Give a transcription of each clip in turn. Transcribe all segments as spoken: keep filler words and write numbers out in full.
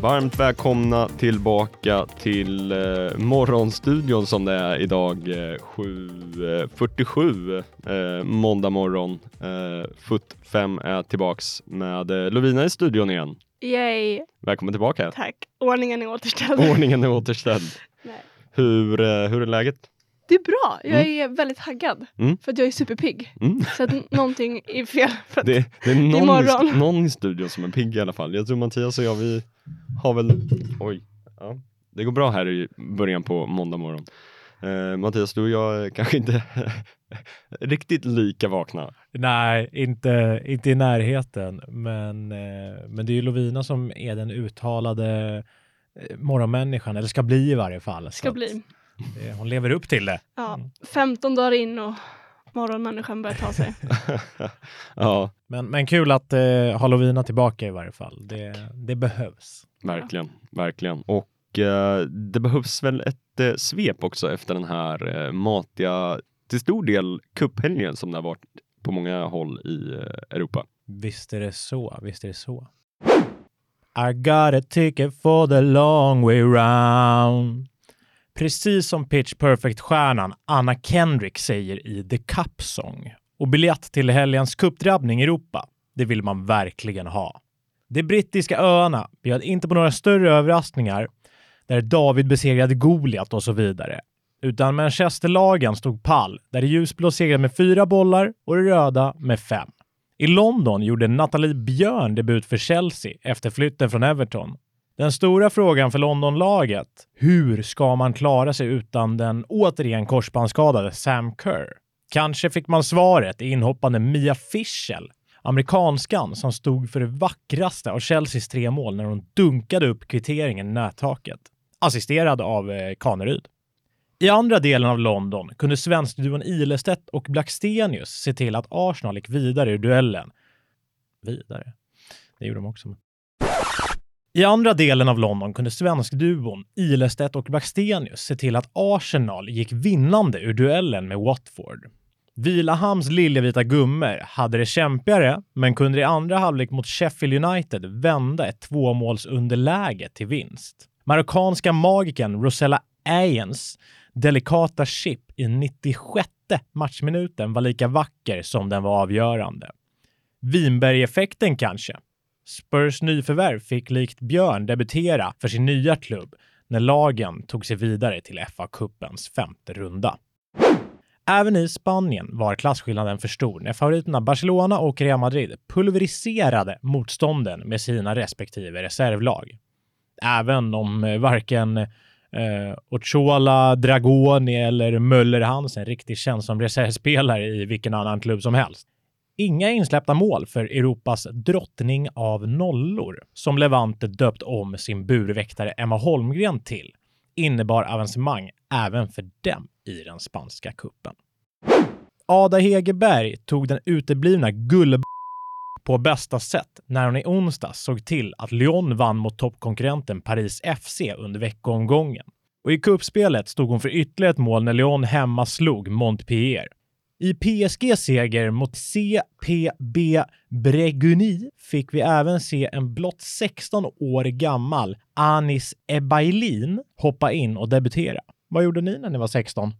Varmt välkomna tillbaka till eh, morgonstudion som det är idag eh, sju fyrtiosju eh, måndag morgon. Eh, Foot fem är tillbaks med eh, Lovina i studion igen. Yay. Välkommen tillbaka. Tack. Ordningen är återställd. Ordningen är återställd. Nej. Hur, eh, hur är läget? Det är bra. Jag Mm. är väldigt taggad. Mm. För att jag är superpigg. Mm. Så att n- någonting är fel. För att Det, det är någon, imorgon. i, någon i studion som är pigg i alla fall. Jag tror Mattias och jag, vi har väl... Oj. Ja. Det går bra här i början på måndag morgon. Eh, Mattias, du och jag är kanske inte riktigt lika vakna. Nej, inte, inte i närheten. Men, eh, men det är ju Lovina som är den uttalade eh, morgonmänniskan. Eller ska bli i varje fall. Ska Så bli. att, eh, hon lever upp till det. Ja, femton dagar in och morgonmänniskan börjar ta sig. Ja, Men, men kul att eh, ha Lovina tillbaka i varje fall. Det, det behövs. verkligen. Verkligen. Och eh, det behövs väl ett eh, svep också efter den här eh, matiga, till stor del cuphelgen som det har varit på många håll i eh, Europa. Visst är det så. Visst är det så. I got a ticket for the long way round. Precis som Pitch Perfect-stjärnan Anna Kendrick säger i The Cup Song. Och biljett till helgens cupdrabbning i Europa, det vill man verkligen ha. De brittiska öarna bjöd inte på några större överraskningar där David besegrade Goliat och så vidare. Utan Manchesterlagen stod pall där det ljusblå segrade med fyra bollar och det röda med fem. I London gjorde Nathalie Björn debut för Chelsea efter flytten från Everton. Den stora frågan för Londonlaget, hur ska man klara sig utan den återigen korsbandsskadade Sam Kerr? Kanske fick man svaret i inhoppande Mia Fischel, amerikanskan som stod för det vackraste av Chelseas tre mål när hon dunkade upp kvitteringen i nättaket, assisterad av eh, Kaneryd. I andra delen av London kunde svenskduon Ilestedt och Blackstenius se till att Arsenal gick vidare ur duellen. Vidare? Det gjorde de också. I andra delen av London kunde svenskduon Ilestedt och Blackstenius se till att Arsenal gick vinnande ur duellen med Watford. Vilahams liljevita gummer hade det kämpigare men kunde i andra halvlek mot Sheffield United vända ett tvåmålsunderläge till vinst. Marockanska magiken Rosella Ayens delikata chip i nittiosjätte matchminuten var lika vacker som den var avgörande. Vinberg-effekten kanske. Spurs nyförvärv fick likt Björn debutera för sin nya klubb när lagen tog sig vidare till F A-cupens femte runda. Även i Spanien var klasskillnaden för stor när favoriterna Barcelona och Real Madrid pulveriserade motstånden med sina respektive reservlag. Även om varken eh, Ochoa, Dragoni eller Möller Hansen riktigt känns som reservspelare i vilken annan klubb som helst. Inga insläppta mål för Europas drottning av nollor, som Levante döpt om sin burväktare Emma Holmgren till, innebar avancemang även för dem i den spanska kuppen. Ada Hegerberg tog den uteblivna gull på bästa sätt när hon i onsdag såg till att Lyon vann mot toppkonkurrenten Paris F C under veckoomgången. Och i kuppspelet stod hon för ytterligare ett mål när Lyon hemma slog Montpellier. I P S G-seger mot C P B Breguni fick vi även se en blott sexton år gammal Anis Ebailin hoppa in och debutera. Vad gjorde ni när ni var sexton?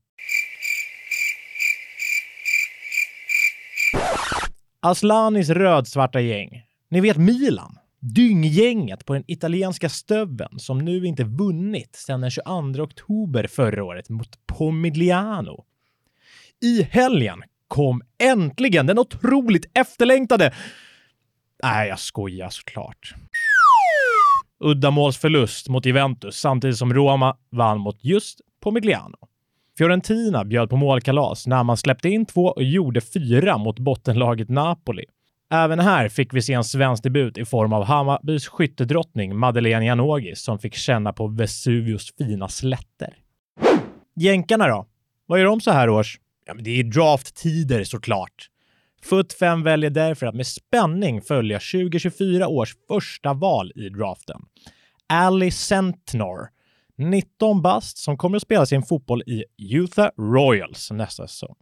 Aslanis rödsvarta gäng. Ni vet Milan. Dynggänget på den italienska stöveln som nu inte vunnit sedan den tjugoandra oktober förra året mot Pomigliano. I helgen kom äntligen den otroligt efterlängtade... Nej, jag skojar såklart. Uddamålsförlust mot Juventus samtidigt som Roma vann mot just Pomigliano. Fiorentina bjöd på målkalas när man släppte in två och gjorde fyra mot bottenlaget Napoli. Även här fick vi se en svensk debut i form av Hammarbys skyttedrottning Madeleine Janogy som fick känna på Vesuvius fina slätter. Jänkarna då? Vad gör de så här års? Ja, men det är drafttider såklart. Foot fem väljer därför att med spänning följa tjugo tjugofyra års första val i draften. Ali Sentnor, nitton bast, som kommer att spela sin fotboll i Utah Royals nästa säsong.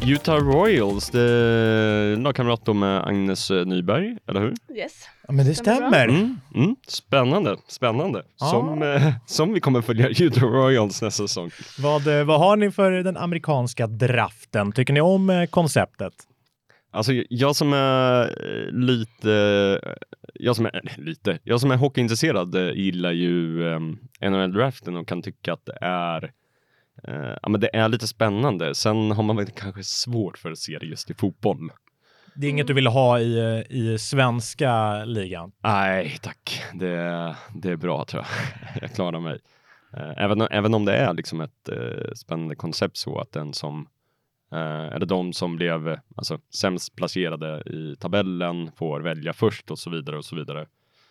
Utah Royals, det är lagkamrat då med Agnes Nyberg, eller hur? Yes. Ja, men det Stämmer stämmer. Mm, mm, spännande, spännande. Ja. Som, eh, som vi kommer följa Utah Royals nästa säsong. Vad, eh, vad har ni för den amerikanska draften? Tycker ni om eh, konceptet? Alltså jag som är eh, lite, jag som är eh, lite, jag som är hockeyintresserad eh, gillar ju eh, N H L-draften och kan tycka att det är, eh, ja men det är lite spännande. Sen har man väl kanske svårt för att se det just i fotboll. Det är inget du vill ha i, eh, i svenska ligan? Nej, tack. Det, det är bra tror jag. Jag klarar mig. Eh, Även, även om det är liksom ett eh, spännande koncept så att den som eh, eller de som blev eh, alltså, sämst placerade i tabellen får välja först och så vidare och så vidare.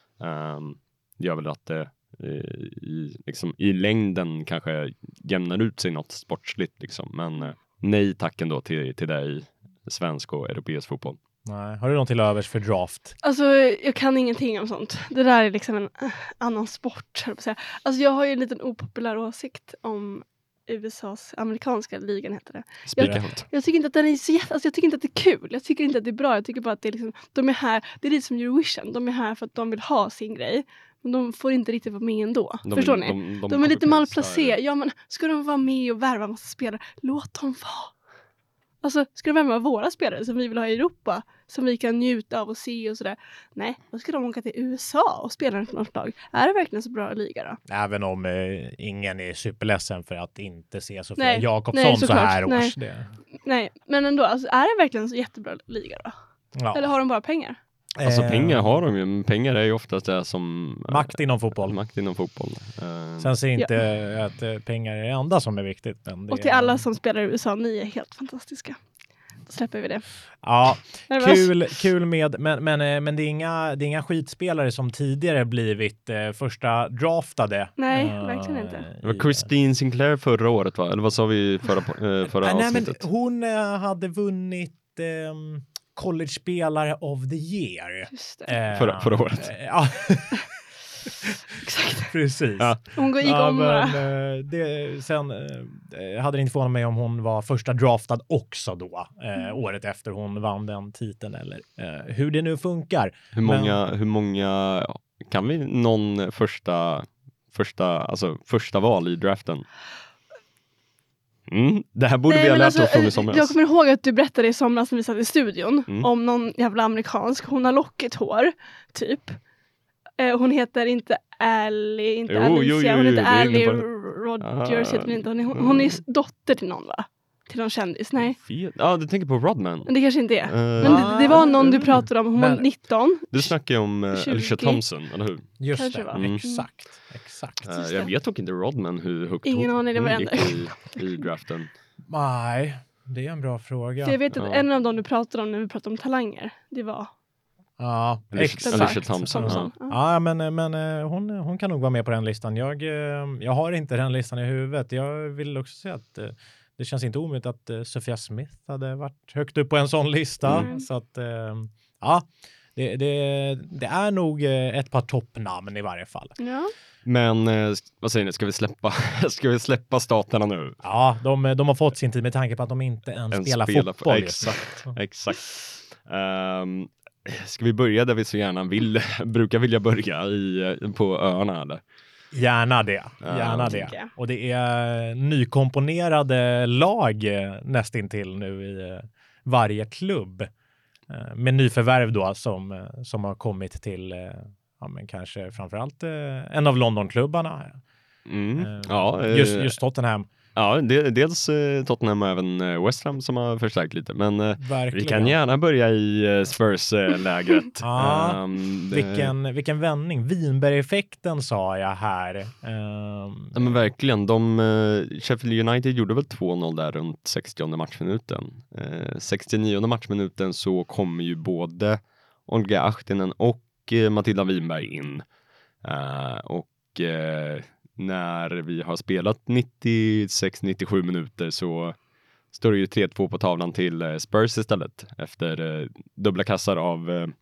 Um, det gör väl att det eh, i, liksom, i längden kanske jämnar ut sig något sportsligt liksom. Men eh, nej tacken då till, till det i svensk och europeisk fotboll. Nej. Har du något till övers för draft? Alltså jag kan ingenting om sånt. Det där är liksom en äh, annan sport. höll jag på att säga. Alltså jag har ju en liten opopulär åsikt om U S A:s amerikanska ligan heter det. Speak Jag, out. jag tycker inte att den är så jätte, alltså jag tycker inte att det är kul. Jag tycker inte att det är bra. Jag tycker bara att det är liksom, de är här, det är lite som Eurovision. De är här för att de vill ha sin grej. Men de får inte riktigt vara med ändå. De Förstår vill- ni? de- de De, kommer är lite till malplacerade. Ja men ska de vara med och värva massa spelare? Låt dem vara. Alltså, ska de värva våra spelare som vi vill ha i Europa? Som vi kan njuta av och se och sådär. Nej, då ska de åka till U S A och spela för något lag. Är det verkligen så bra liga då? Även om eh, ingen är superledsen för att inte se Sofia Nej, Jakobsson nej, så såklart, här nej. års. Det. Nej, men ändå. Alltså, är det verkligen så jättebra liga då? Ja. Eller har de bara pengar? Alltså Eh, pengar har de ju, men pengar är ju oftast det som eh, Makt inom fotboll. makt inom fotboll. Eh, Sen säger inte att eh, pengar är det enda som är viktigt. Men det Och till är... alla som spelar i U S A, ni är helt fantastiska. Då släpper vi det. Ja, Nervös. kul, kul med, men, men, eh, men det, är inga, det är inga skitspelare som tidigare blivit eh, första draftade. Nej, eh, verkligen inte. det var i- Christine Sinclair förra året va? Eller vad sa vi förra, eh, förra Nej, nej, men avsnittet? hon eh, hade vunnit eh, college-spelare of the year. Just det. Eh, Förra- förra året. eh, Ja, Exakt. precis. Ja. Hon går- gick Ja, om men, bara. eh, det, sen eh, hade det inte förvånat mig om hon var första draftad också då, eh, Mm. året efter hon vann den titeln, eller eh, hur det nu funkar. Hur många, hur många, kan vi någon första, första, alltså första val i draften? Mm, det här borde Nej, vi ha men lärt alltså, oss från i eh, somras. Jag kommer ihåg att du berättade i somras när vi satt i studion Mm. om någon jävla amerikansk. Hon har lockigt hår, typ. Eh, hon heter inte Ally, inte Jo, Alicia. jo, jo, hon jo, heter du är inne Ally på det. Rogers. Ah. Heter hon, inte. Hon, är, hon, hon är s- dotter till någon va? Till någon kändis? Nej, Fel. Ja, du tänker på Rodman. men det kanske inte är. Eh, Men det, det var någon du pratade om. Hon Men- var nitton. Du snackar ju om uh, tjugo. Alicia Thompson, eller hur? Just Kanske det, var. Mm. exakt. exakt. Eh, Just jag det. vet dock inte Rodman hur högt Ingen hon, aning, det hon var gick i, i draften. Nej, det är en bra fråga. För jag vet att Ja. en av dem du pratade om när vi pratade om talanger, det var Ja, Alicia- exakt. Alicia Thompson, Thompson. Ja. Ja, men, men eh, hon, hon kan nog vara med på den listan. Jag, eh, jag har inte den listan i huvudet. Jag vill också säga att eh, det känns inte omöjligt att eh, Sophia Smith hade varit högt upp på en sån lista. Mm. Så att, eh, ja, det, det, det är nog eh, ett par toppnamn i varje fall. Ja. Men eh, vad säger ni, ska vi släppa, ska vi släppa staterna nu? Ja, de, de har fått sin tid med tanke på att de inte ens En spelar spela- fotboll. just nu. Exakt, exakt. Um, ska vi börja där vi så gärna vill, brukar vilja börja i, på öarna eller? Gärna det. Ja, Gärna tycker det. jag. Och det är nykomponerade lag eh, nästintill nu i eh, varje klubb. Eh, Med nyförvärv då som, eh, som har kommit till eh, ja, men kanske framförallt eh, en av Londonklubbarna. Mm. Eh, Ja, eh, Just, just Tottenham. ja det, dels eh, Tottenham och även eh, West Ham som har förstärkt lite. Men eh, Verkligen. vi kan gärna börja i eh, Spurs-lägret. Ja, Ehm, det- Vilken, vilken vändning. Vinberg-effekten sa jag här. Ehm, Ja, men verkligen. De, eh, Sheffield United gjorde väl två noll där runt sextionde matchminuten. Eh, sextionionde matchminuten så kommer ju både Olga Ahtinen och eh, Matilda Winberg in. Eh, och eh, när vi har spelat nittiosex nittiosju minuter så står det ju tre två på tavlan till eh, Spurs istället. Efter eh, dubbla kassar av eh,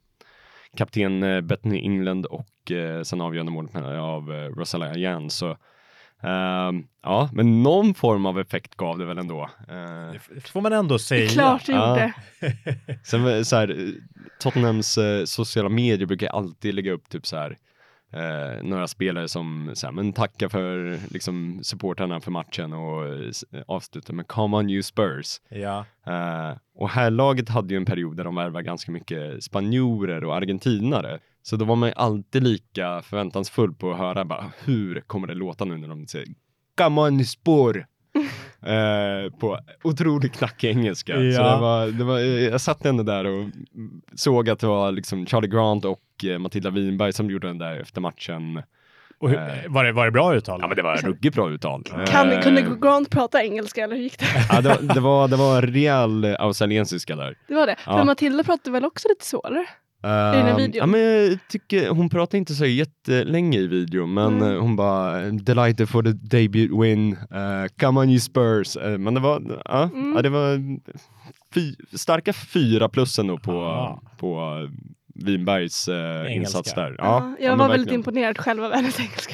kapten eh, Bethany England och eh, sen avgörande målet med- av eh, Rosalia Jan. Så Uh, ja, men någon form av effekt gav det väl ändå. Uh, Det får man ändå säga. Det är klart det Ja. gjorde. Sen så här, Tottenhams eh, sociala medier brukar alltid lägga upp typ så här eh, några spelare som så här, men tackar för liksom supportarna för matchen och eh, avslutar med come on you Spurs. Ja. Eh, och här laget hade ju en period där de värvade ganska mycket spanjorer och argentinare. Så då var man ju alltid lika förväntansfull på att höra bara, hur kommer det låta nu när de säger come on spår. Eh, på otroligt knackig engelska. Ja. Så det var, det var, jag satt ändå där och såg att det var liksom Charlie Grant och eh, Matilda Winberg som gjorde den där efter matchen. Och hur, Eh. var, det, var det bra uttal? Ja, men det var ruggigt bra uttal. Kan, Eh, kunde Grant prata engelska eller hur gick det? ja, det, var, det, var, det var rejäl australiensiska där. Det var det. Ja. För Matilda pratade väl också lite så, eller? Uh, den här videon? ja, men jag tycker, hon pratar inte så jättelänge i videon, men Mm. uh, hon bara delighted for the debut win, uh, come on you Spurs. Uh, men det var, uh, Mm. ja, det var fy, starka fyra plus ändå på, Ah. på Winbergs uh, Engelska. insats där. Ja, Ja, jag ja, var men väldigt verkligen. imponerad själv av hennes engelska.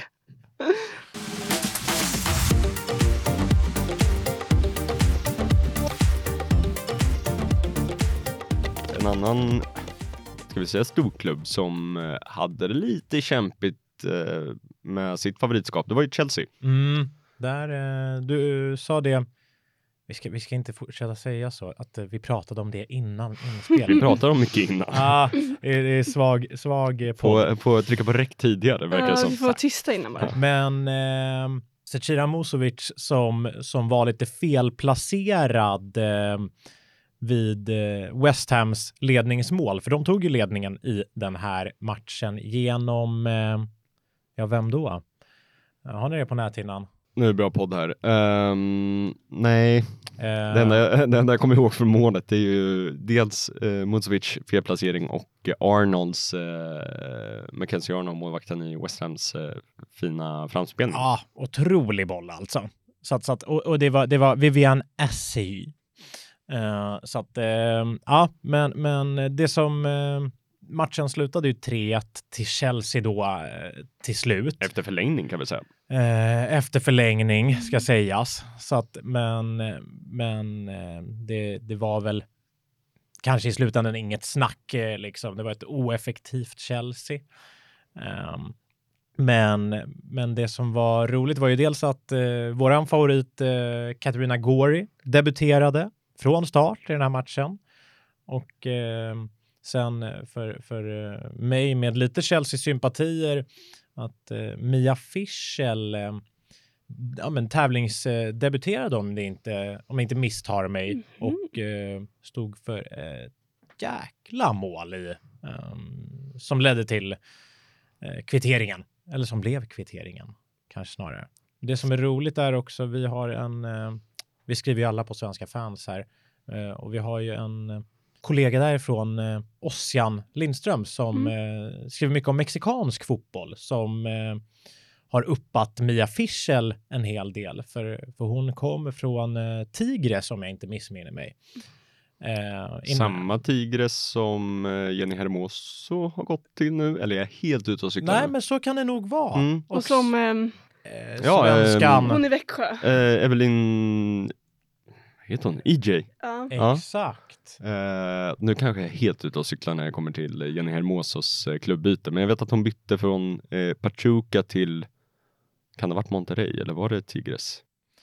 En annan, ska vi säga, storklubb som uh, hade det lite kämpigt uh, med sitt favoritskap, det var ju Chelsea. Mm, där, eh, du sa det. Vi ska, vi ska inte fortsätta säga så, att eh, vi pratade om det innan Vi inspel. pratade om mycket innan. ah, det är, det är svag, svag eh, podd. På, på trycka på räck tidigare, verkar det Ja, som. vi får vara tysta innan bara. Men eh, Zecira Musovic som, som var lite felplacerad eh, vid eh, West Hams ledningsmål. För de tog ju ledningen i den här matchen genom, eh, ja vem då? Har ni det på näthinnan? Nu är det bra podd här. Um, nej, Eh, det enda, det enda jag kommer ihåg från målet är ju dels uh, Musovic felplacering och Arnolds, uh, Mackenzie Arnold, målvakten i West Hams uh, fina framspelning. Ja, otrolig boll alltså. Så att, så att, och, och det var, det var Vivian Essay. Uh, så att, uh, ja, men, men det som uh, matchen slutade ju tre ett till Chelsea då uh, till slut. Efter förlängning kan vi säga. Uh, efter förlängning ska sägas. Så att, men men uh, det, det var väl kanske i slutändan inget snack uh, liksom. Det var ett oeffektivt Chelsea. Um, Men, men det som var roligt var ju dels att eh, våran favorit eh, Katarina Gori debuterade från start i den här matchen. Och eh, sen för, för eh, mig med lite Chelsea-sympatier att eh, Mia Fischel eh, ja, men tävlingsdebuterade om det inte, om jag inte misstar mig. Mhm. Och eh, stod för eh, jäkla mål i eh, som ledde till eh, kvitteringen. Eller som blev kvitteringen, kanske snarare. Det som är roligt är också, vi har en, eh, vi skriver ju alla på Svenska fans här, eh, och vi har ju en eh, kollega därifrån, eh, Ossian Lindström, som Mm. eh, skriver mycket om mexikansk fotboll, som eh, har uppat Mia Fischel en hel del, för, för hon kommer från eh, Tigres, om jag inte missminner mig. Eh, innan- Samma Tigres som eh, Jenny Hermoso har gått till nu, eller är jag helt ute och cyklar Nej, nu? men så kan det nog vara. Mm. Och som ehm, Eh, Ja, svenskan. hon i Växjö. Eh, Evelyn, heter hon? E J. Ja. Ja. Exakt. Eh, nu kanske jag är helt ute och cyklar när jag kommer till Jenny Hermosos eh, klubbyte, men jag vet att hon bytte från eh, Pachuca till, kan det ha varit Monterrey eller var det Tigres?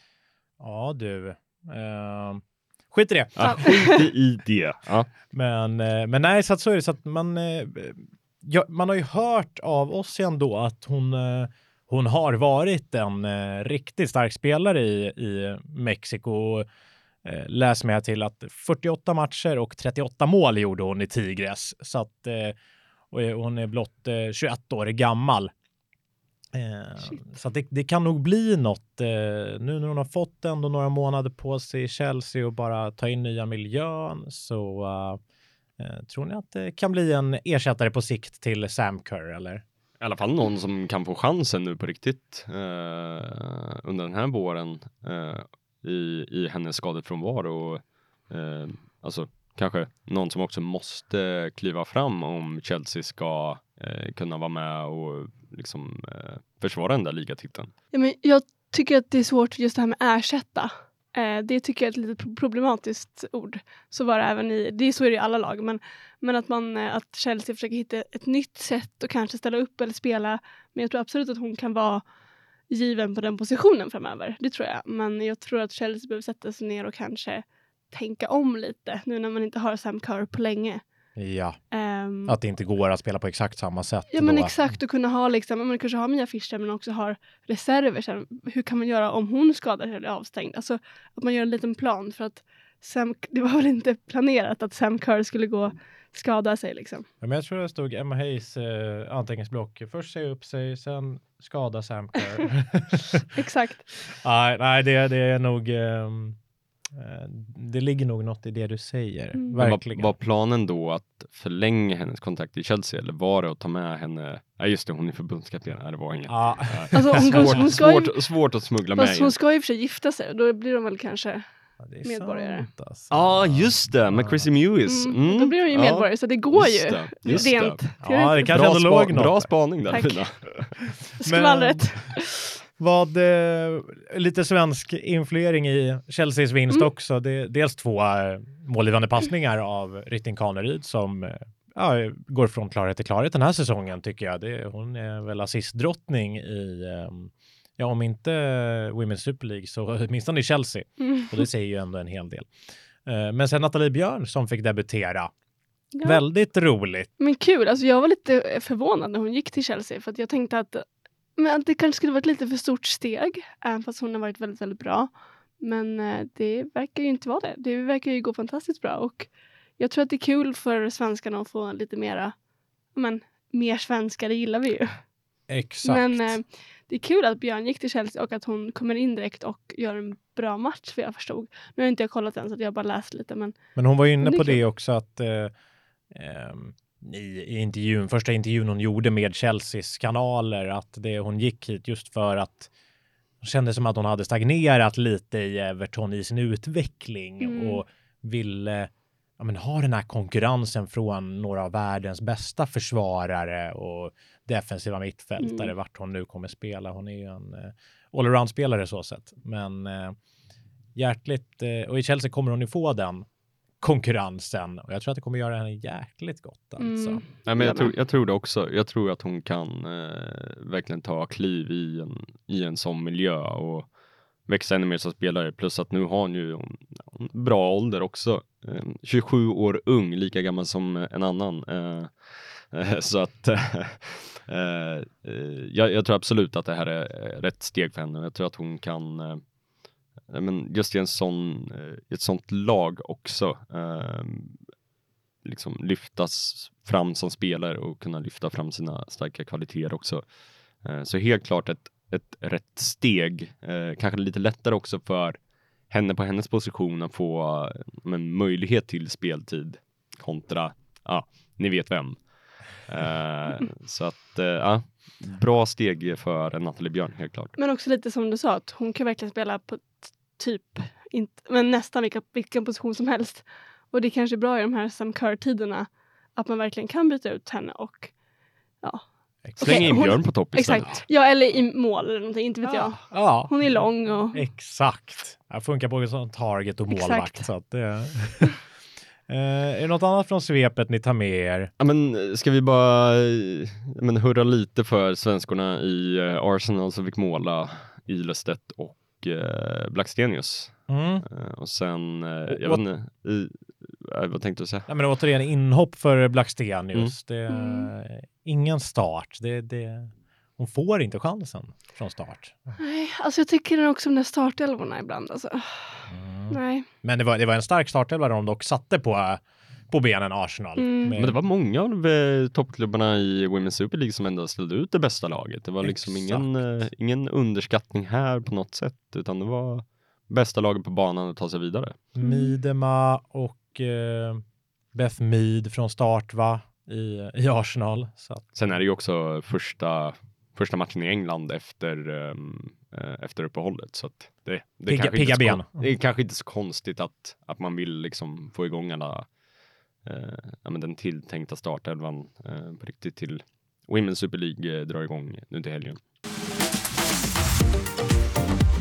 Ja, du. Eh, skit i det. Ah, skit i det. Ja. Men, eh, men nej, så, att så är det så att man, eh, ja, man har ju hört av oss ändå att hon, eh, hon har varit en eh, riktigt stark spelare i, i Mexiko. Eh, läs med till att fyrtioåtta matcher och trettioåtta mål gjorde hon i Tigres. Så att, eh, och hon är blott eh, tjugoett år gammal. Eh, så att det, det kan nog bli något eh, nu när hon har fått ändå några månader på sig i Chelsea och bara ta in nya miljön, så uh, eh, tror ni att det kan bli en ersättare på sikt till Sam Kerr, eller? I alla fall någon som kan få chansen nu på riktigt eh, under den här våren eh, i, i hennes skadefrånvaro. Och, eh, alltså kanske någon som också måste kliva fram om Chelsea ska eh, kunna vara med och liksom eh, försvara den där ligatiteln. Ja, men jag tycker att det är svårt just det här med ersätta. Eh, det tycker jag är ett lite problematiskt ord. Så var det även i, det är så är det i alla lag. Men, men att, man, att Chelsea försöker hitta ett nytt sätt och kanske ställa upp eller spela. Men jag tror absolut att hon kan vara given på den positionen framöver. Det tror jag. Men jag tror att Chelsea behöver sätta sig ner och kanske tänka om lite. Nu när man inte har Sam Kerr på länge. Ja, Um, att det inte går att spela på exakt samma sätt. Ja, men då. exakt. Och kunna ha liksom, man kanske har Mia Fischer men också har reserver. Sen, hur kan man göra om hon skadar sig eller är avstängd? Alltså att man gör en liten plan för att Sam, det var väl inte planerat att Sam Kerr skulle gå skada sig liksom. Ja, men jag tror det stod Emma Hayes eh, anteckningsblock. Först säga upp sig, sen skada Sam Kerr. Exakt. nej, nej det, det är nog... ehm, eh, det ligger nog något i det du säger. Mm. Verkligen. Var, var planen då att förlänga hennes kontrakt i Chelsea eller var det att ta med henne? Ja just det, hon är förbundskapten. Nej, det var inget. Ja. Alltså, hon, svårt, hon ska ju, svårt, svårt att smuggla med fast igen. hon ska ju för sig gifta sig. Och då blir de väl kanske Ja, det är medborgare. sant, alltså. Ja, ah, just det. Med Chrissy Mewis. Mm. Mm. Då blir de ju medborgare. Ja, så det går just ju. det, just Rent det. Ja, det teoretiskt. kanske Bra, ändå låg spa, något bra där. spaning där, Tack. Fina. Skvallret. Vad, eh, lite svensk influering i Chelseas vinst Mm. också. Det, dels två eh, målgivande passningar av Rytting Kaneryd som eh, ja, går från klarhet till klarhet den här säsongen tycker jag. Det, hon är väl assistdrottning i, eh, ja om inte Women's Super League så åtminstone i Chelsea. Mm. Och det säger ju ändå en hel del. Eh, men sen Nathalie Björn som fick debutera. Ja. Väldigt roligt. Men kul, alltså jag var lite förvånad när hon gick till Chelsea för att jag tänkte att, men att det kanske skulle varit lite för stort steg även fast hon har varit väldigt, väldigt bra. Men eh, det verkar ju inte vara det. Det verkar ju gå fantastiskt bra och jag tror att det är kul för svenskarna att få lite mera, men mer svenskar, det gillar vi ju. Exakt. Men eh, det är kul att Björn gick till Chelsea och att hon kommer in direkt och gör en bra match för jag förstod. Nu har inte jag kollat än så att jag har bara läst lite men Men hon var ju inne det är på kul. det också att eh, ehm, i, i intervjun, första intervjun hon gjorde med Chelseas kanaler att det, hon gick hit just för att hon kände som att hon hade stagnerat lite i Everton i sin utveckling Mm. och ville ja, men, ha den här konkurrensen från några av världens bästa försvarare och defensiva mittfältare Mm. vart hon nu kommer spela. Hon är ju en eh, all-around-spelare så sett. Men eh, hjärtligt, eh, och i Chelsea kommer hon ju få den konkurrensen och jag tror att det kommer göra henne jäkligt gott alltså. Mm. Nej, men jag, Ja, tror, men. jag tror det också. Jag tror att hon kan eh, verkligen ta kliv i en, i en sån miljö och växa ännu mer som spelare. Plus att nu har hon ju hon, hon, bra ålder också. Eh, tjugosju år ung, lika gammal som en annan. Eh, eh, så att eh, eh, jag, jag tror absolut att det här är rätt steg för henne. Jag tror att hon kan eh, men just i en sån, ett sånt lag också eh, liksom lyftas fram som spelare och kunna lyfta fram sina starka kvaliteter också. Eh, så helt klart ett, ett rätt steg. Eh, kanske lite lättare också för henne på hennes position att få eh, en möjlighet till speltid kontra, ja, ni vet vem. Eh, så att, eh, ja, bra steg för Nathalie Björn, helt klart. Men också lite som du sa, att hon kan verkligen spela på t- typ, inte, men nästan vilka, vilken position som helst. Och det är kanske bra i de här Sam Kerr-tiderna att man verkligen kan byta ut henne och ja. Släng Okej, in hon- Björn på topp istället. Exakt. Ja, eller i mål eller någonting, inte vet jag. Ja. Hon är lång och Exakt. Det funkar både som target och målvakt. Exakt. Så att det... eh, är det något annat från svepet ni tar med er? Ja, men ska vi bara eh, men, hurra lite för svenskorna i eh, Arsenal som fick måla Ilestedt och eh, Blackstenius. Mm. Eh, och sen, eh, jag vad- vet inte, i, eh, vad tänkte du säga? Ja, men återigen inhopp för Blackstenius. Det är Mm. ingen start. Det, det... Hon får inte chansen från start. nej, alltså jag tycker också om de där startelvorna ibland. Alltså. Mm. Nej. Men det var, det var en stark startelva de dock satte på, på benen Arsenal. Mm. Med- Men det var många av eh, toppklubbarna i Women's Super League som ändå ställde ut det bästa laget. Det var liksom ingen, eh, ingen underskattning här på något sätt, utan det var bästa laget på banan att ta sig vidare. Midema och eh, Beth Mead från start va? I, i Arsenal. Så att, Sen är det ju också första, första matchen i England efter, um, eh, efter uppehållet. Så att det, det, är Pigga- kanske pigga inte så ben. kon- det är kanske inte så konstigt att, att man vill liksom få igång alla, eh, ja, men den tilltänkta startelvan eh, på riktigt till Women's Super League eh, drar igång nu till helgen.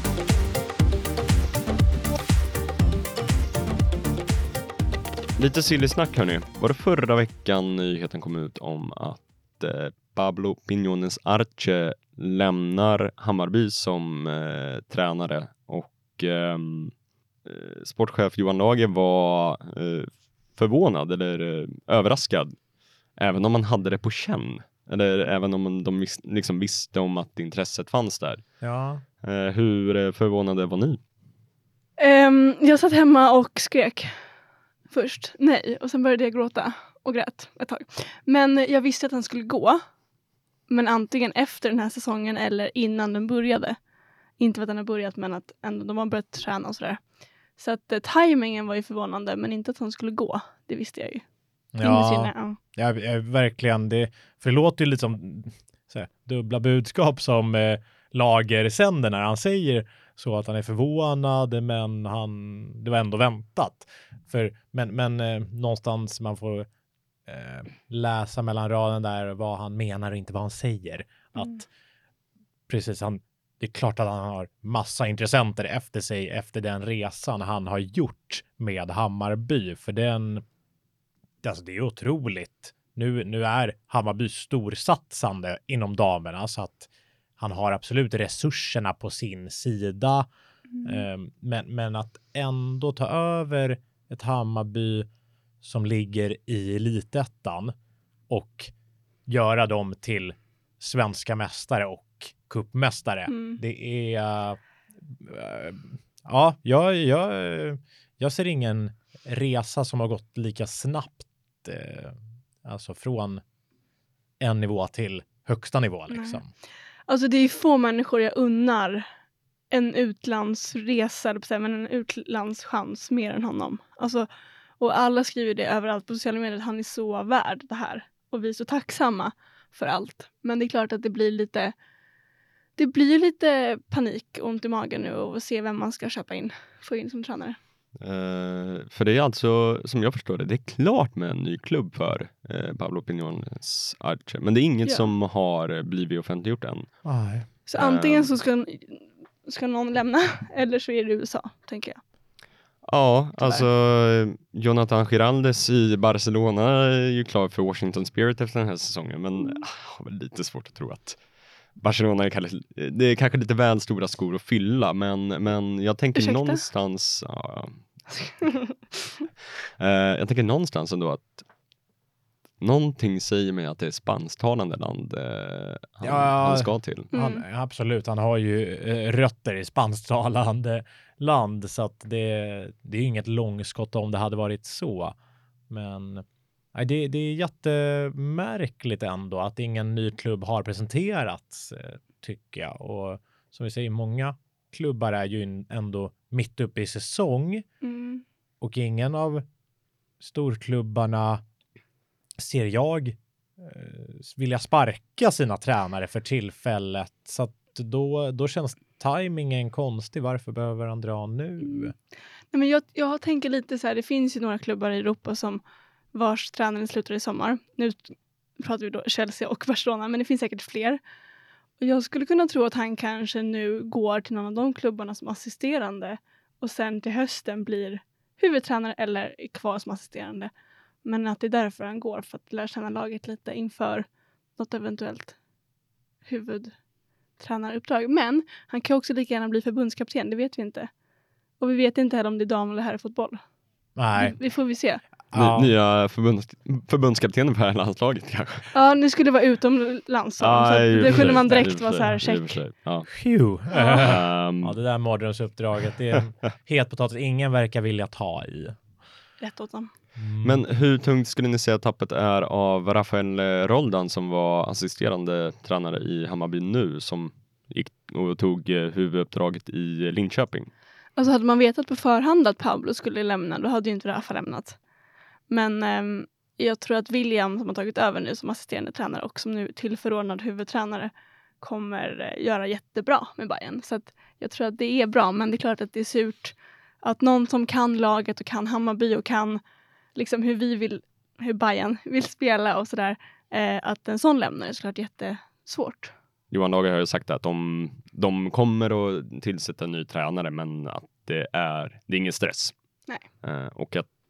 Lite silly snack hörni. Var det förra veckan nyheten kom ut om att eh, Pablo Piñones Arce lämnar Hammarby som eh, tränare och eh, sportchef Johan Lager var eh, förvånad eller eh, överraskad. Även om man hade det på känn. Eller även om de vis- liksom visste om att intresset fanns där. Ja. Eh, hur eh, förvånade var ni? Um, jag satt hemma och skrek först nej och sen började jag gråta och grät ett tag. Men jag visste att han skulle gå. Men antingen efter den här säsongen eller innan den började. Inte för att den har börjat men att ändå de har börjat träna och sådär. Så att eh, tajmingen var ju förvånande men inte att han skulle gå. Det visste jag ju. Ja, ja. jag, jag, verkligen. Det, för det låter ju lite som så här, dubbla budskap som eh, Lager sänder när han säger så att han är förvånad men han, det var ändå väntat. För, men men eh, någonstans man får eh, läsa mellan raden där vad han menar och inte vad han säger. Mm. Att precis, han, det är klart att han har massa intressenter efter sig efter den resan han har gjort med Hammarby. För den, alltså det är otroligt. Nu, nu är Hammarby storsatsande inom damerna så att han har absolut resurserna på sin sida. Mm. Men, men att ändå ta över ett Hammarby som ligger i elitettan och göra dem till svenska mästare och cupmästare. Mm. Det är... Äh, ja, jag, jag, jag ser ingen resa som har gått lika snabbt äh, alltså från en nivå till högsta nivå liksom. Nej. Alltså det är få människor jag unnar en utlandsresa, men en utlandschans mer än honom. Alltså, och alla skriver det överallt på sociala medier att han är så värd det här. Och vi är så tacksamma för allt. Men det är klart att det blir lite det blir lite panik och ont i magen nu och se vem man ska köpa in, få in som tränare. Uh, för det är alltså, som jag förstår det, det är klart med en ny klubb för uh, Pablo Piñones Arce. Men det är inget ja. som har blivit offentliggjort än. Nej. Så uh, antingen så ska, ska någon lämna eller så är det U S A, tänker jag. Ja, tyvärr. Alltså Jonathan Giraldes i Barcelona är ju klar för Washington Spirit efter den här säsongen. Men mm. har väl lite svårt att tro att Barcelona är kanske, det är kanske lite väl stora skor att fylla, men, men jag tänker Ursäkta? någonstans ja, uh, jag tänker någonstans ändå att någonting säger mig att det är spansktalande land uh, han, ja, han ska till. Mm. Han, absolut, han har ju uh, rötter i spansktalande land så att det, det är inget långskott om det hade varit så. Men nej, det, det är jättemärkligt ändå att ingen ny klubb har presenterats, tycker jag. Och som vi säger, många klubbar är ju ändå mitt uppe i säsong. Mm. Och ingen av storklubbarna ser jag eh, vilja sparka sina tränare för tillfället. Så att då, då känns tajmingen konstig. Varför behöver han dra nu? Mm. Nej, men jag, jag tänker lite så här, det finns ju några klubbar i Europa som vars tränaren slutar i sommar. Nu pratar vi då Chelsea och Barcelona, men det finns säkert fler. Och jag skulle kunna tro att han kanske nu går till någon av de klubbarna som assisterande och sen till hösten blir huvudtränare eller är kvar som assisterande. Men att det är därför han går, för att lära känna laget lite inför något eventuellt huvudtränaruppdrag. Men han kan också lika gärna bli förbundskapten, det vet vi inte. Och vi vet inte heller om det är dam eller herrfotboll. Nej. Vi, vi får vi se. Ja. Nya förbunds, förbundskaptenen för landslaget kanske. Ja, nu skulle det vara utomlands. Ja, så det kunde man direkt nej, vara så här check. Ja. Ja. Um, ja, det där mardrömsuppdraget, det är en het potatis ingen verkar vilja ta i. Rätt åt dem. Mm. Men hur tungt skulle ni säga att tappet är av Rafael Roldan som var assisterande tränare i Hammarby nu som gick och tog huvuduppdraget i Linköping? Alltså hade man vetat på förhand att Pablo skulle lämna, då hade ju inte Rafa lämnat. Men eh, jag tror att William som har tagit över nu som assisterande tränare och som nu tillförordnad huvudtränare kommer eh, göra jättebra med Bayern. Så att jag tror att det är bra, men det är klart att det är surt att någon som kan laget och kan Hammarby och kan liksom hur vi vill, hur Bayern vill spela och sådär, eh, att en sån lämnar är såklart jättesvårt. Johan Lager har ju sagt att de, de kommer att tillsätta en ny tränare, men att det är, det är ingen stress. Nej. Eh, och att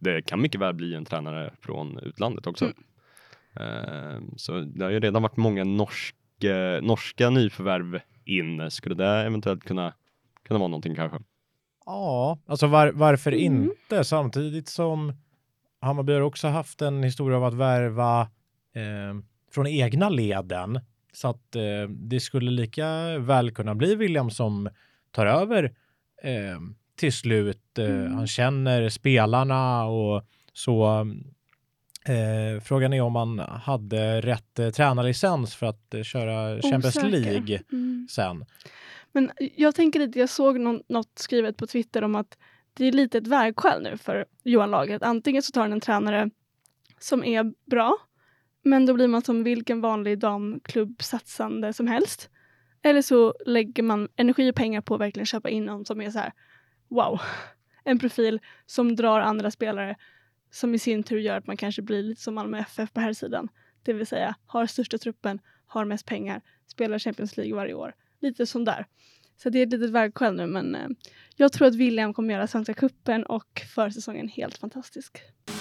det kan mycket väl bli en tränare från utlandet också. Mm. Uh, så det har ju redan varit många norska, norska nyförvärv in. Skulle det eventuellt kunna, kunna vara någonting kanske? Ja, alltså var, varför Mm. inte? Samtidigt som Hammarby har också haft en historia av att värva eh, från egna leden. Så att eh, det skulle lika väl kunna bli William som tar över eh, till slut. Eh, Mm. Han känner spelarna och så. Eh, frågan är om han hade rätt eh, tränarlicens för att eh, köra Champions Osäker. League Mm. sen. Men jag tänker lite, jag såg någon, något skrivet på Twitter om att det är lite ett vägskäl nu för Johan-laget. Antingen så tar han en tränare som är bra, men då blir man som vilken vanlig damklubbsatsande som helst. Eller så lägger man energi och pengar på att verkligen köpa in någon som är så här, wow, en profil som drar andra spelare, som i sin tur gör att man kanske blir lite som Malmö F F på här sidan. Det vill säga, har största truppen, har mest pengar, spelar Champions League varje år. Lite som där. Så det är ett litet vägskäl nu, men eh, jag tror att William kommer göra Svenska cupen och försäsongen helt fantastisk.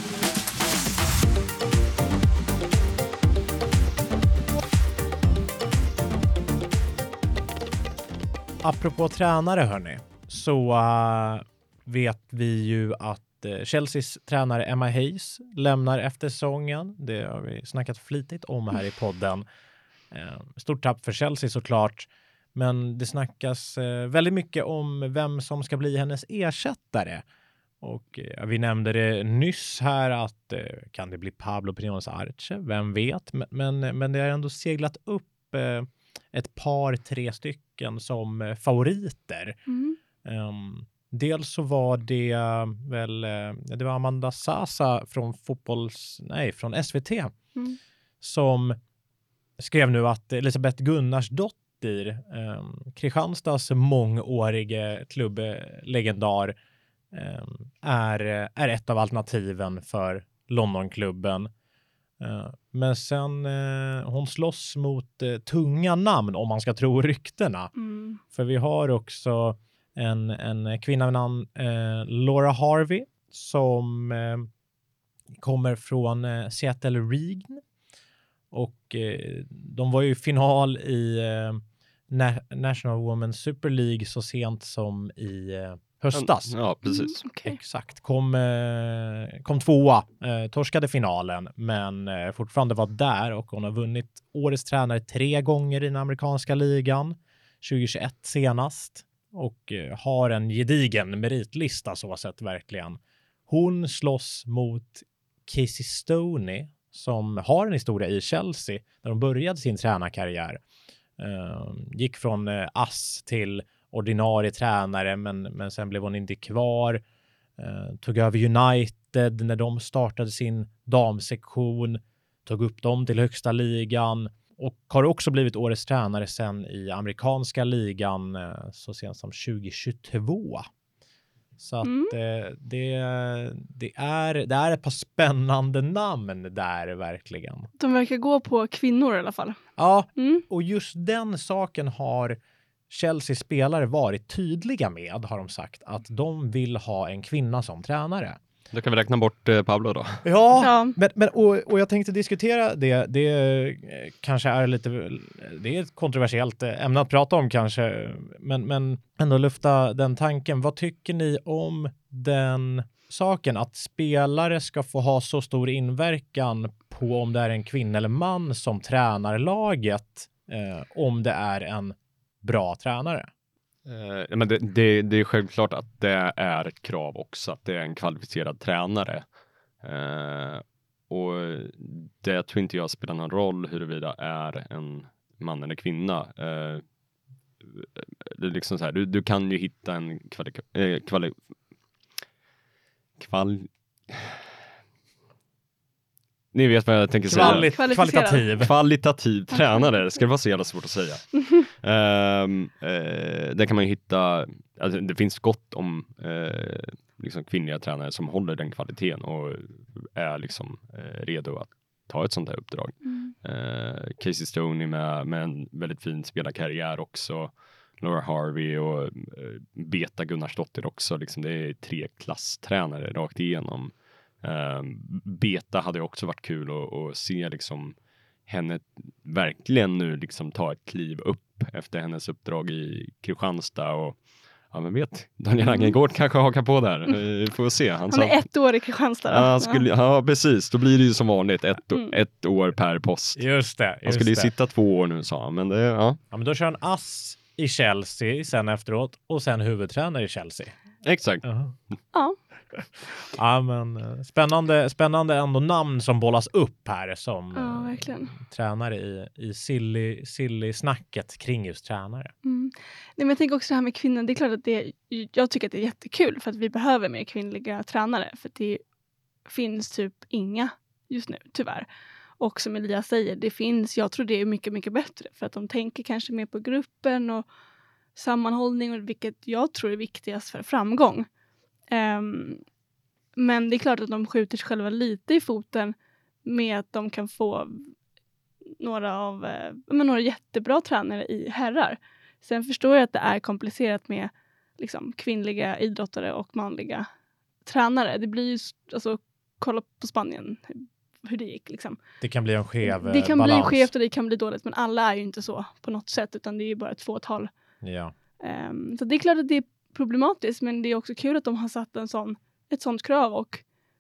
Apropå tränare hörni, så uh, vet vi ju att uh, Chelseas tränare Emma Hayes lämnar efter säsongen. Det har vi snackat flitigt om här i podden. Uh, stort tapp för Chelsea såklart. Men det snackas uh, väldigt mycket om vem som ska bli hennes ersättare. Och uh, vi nämnde det nyss här att uh, kan det bli Pablo Briones Arce? Vem vet? Men, men, men det har ändå seglat upp uh, ett par, tre stycken som uh, favoriter. Mm. Um, dels så var det uh, väl uh, det var Amanda Sasa från fotbolls, nej, från S V T Mm. som skrev nu att Elisabeth Gunnarsdottir, um, Kristianstads mångårige klubblegendar, um, är, är ett av alternativen för Londonklubben. Uh, men sen uh, hon slåss mot uh, tunga namn om man ska tro ryktena. Mm. För vi har också en, en kvinna vid namn uh, Laura Harvey som uh, kommer från uh, Seattle Regan. Och uh, de var ju i final i uh, Na- National Women's Super League så sent som i uh, höstas. Ja, precis. Mm, okay. Exakt. Kom, eh, kom tvåa. Eh, torskade finalen. Men eh, fortfarande var där. Och hon har vunnit årets tränare tre gånger i den amerikanska ligan. tjugohundratjugoett senast. Och eh, har en gedigen meritlista så sett verkligen. Hon slåss mot Casey Stoney. Som har en historia i Chelsea. Där de började sin tränarkarriär. Eh, gick från eh, ass till ordinarie tränare, men, men sen blev hon inte kvar. Eh, tog över United när de startade sin damsektion. Tog upp dem till högsta ligan. Och har också blivit årets tränare sen i amerikanska ligan eh, så sent som tjugohundratjugotvå. Så att Mm. eh, det, det, är, det är ett par spännande namn där verkligen. De verkar gå på kvinnor i alla fall. Ja, Mm. och just den saken har Chelsea spelare varit tydliga med, har de sagt, att de vill ha en kvinna som tränare. Då kan vi räkna bort eh, Pablo då. Ja, Ja. men, men, och, och jag tänkte diskutera det. Det eh, kanske är lite, det är ett kontroversiellt ämne att prata om kanske, men, men ändå lufta den tanken. Vad tycker ni om den saken att spelare ska få ha så stor inverkan på om det är en kvinna eller man som tränar laget, eh, om det är en bra tränare? Eh, men det, det, det är självklart att det är ett krav också att det är en kvalificerad tränare. Eh, och det tror inte jag spelar någon roll huruvida är en man eller kvinna. Eh, det är liksom så här, du, du kan ju hitta en kvali... Eh, kvali kval Ni vet vad jag tänker Kvali- säga. kvalitativ. Kvalitativ tränare, det ska vara så jävla svårt att säga. um, uh, där kan man ju hitta, alltså, det finns gott om uh, liksom kvinnliga tränare som håller den kvaliteten och är liksom uh, redo att ta ett sånt här uppdrag. Mm. Uh, Casey Stoney med, med en väldigt fin spelarkarriär också. Laura Harvey och uh, Beta Gunnarsdottir också. Liksom, det är tre klasstränare rakt igenom. Uh, Beta hade också varit kul att, att se liksom henne verkligen nu liksom ta ett kliv upp efter hennes uppdrag i Kristianstad och ja, men vet, Daniel Angegård kanske hakar på där. Vi får se. Han, Han sa, är ett år i Kristianstad. ja, han skulle, ja, precis. Då blir det ju som vanligt ett, Mm. ett år per post. Just det. Just Han skulle ju det. sitta två år nu, sa han. Men det, ja. Ja, men då kör han ass i Chelsea sen efteråt och sen huvudtränare i Chelsea. Exakt. Uh-huh. Ja. Ja, men eh, spännande, spännande ändå namn som bollas upp här som Ja, eh, verkligen. tränare i, i silly, silly snacket kring just tränare. Mm. Nej, men jag tänker också det här med kvinnor. Det är klart att det, jag tycker att det är jättekul för att vi behöver mer kvinnliga tränare. För att det finns typ inga just nu, tyvärr. Och som Elias säger, det finns, jag tror det är mycket, mycket bättre. För att de tänker kanske mer på gruppen och sammanhållning. Och vilket jag tror är viktigast för framgång. Um, men det är klart att de skjuter sig själva lite i foten med att de kan få några av eh, men några jättebra tränare i herrar. Sen förstår jag att det är komplicerat med liksom, kvinnliga idrottare och manliga tränare. Det blir ju, alltså, kolla på Spanien hur det gick liksom. Det kan bli en skev Det kan balans. bli skevt och det kan bli dåligt, men alla är ju inte så på något sätt, utan det är ju bara ett fåtal. Ja. Um, så det är klart att det är problematiskt, men det är också kul att de har satt en sån, ett sånt krav, och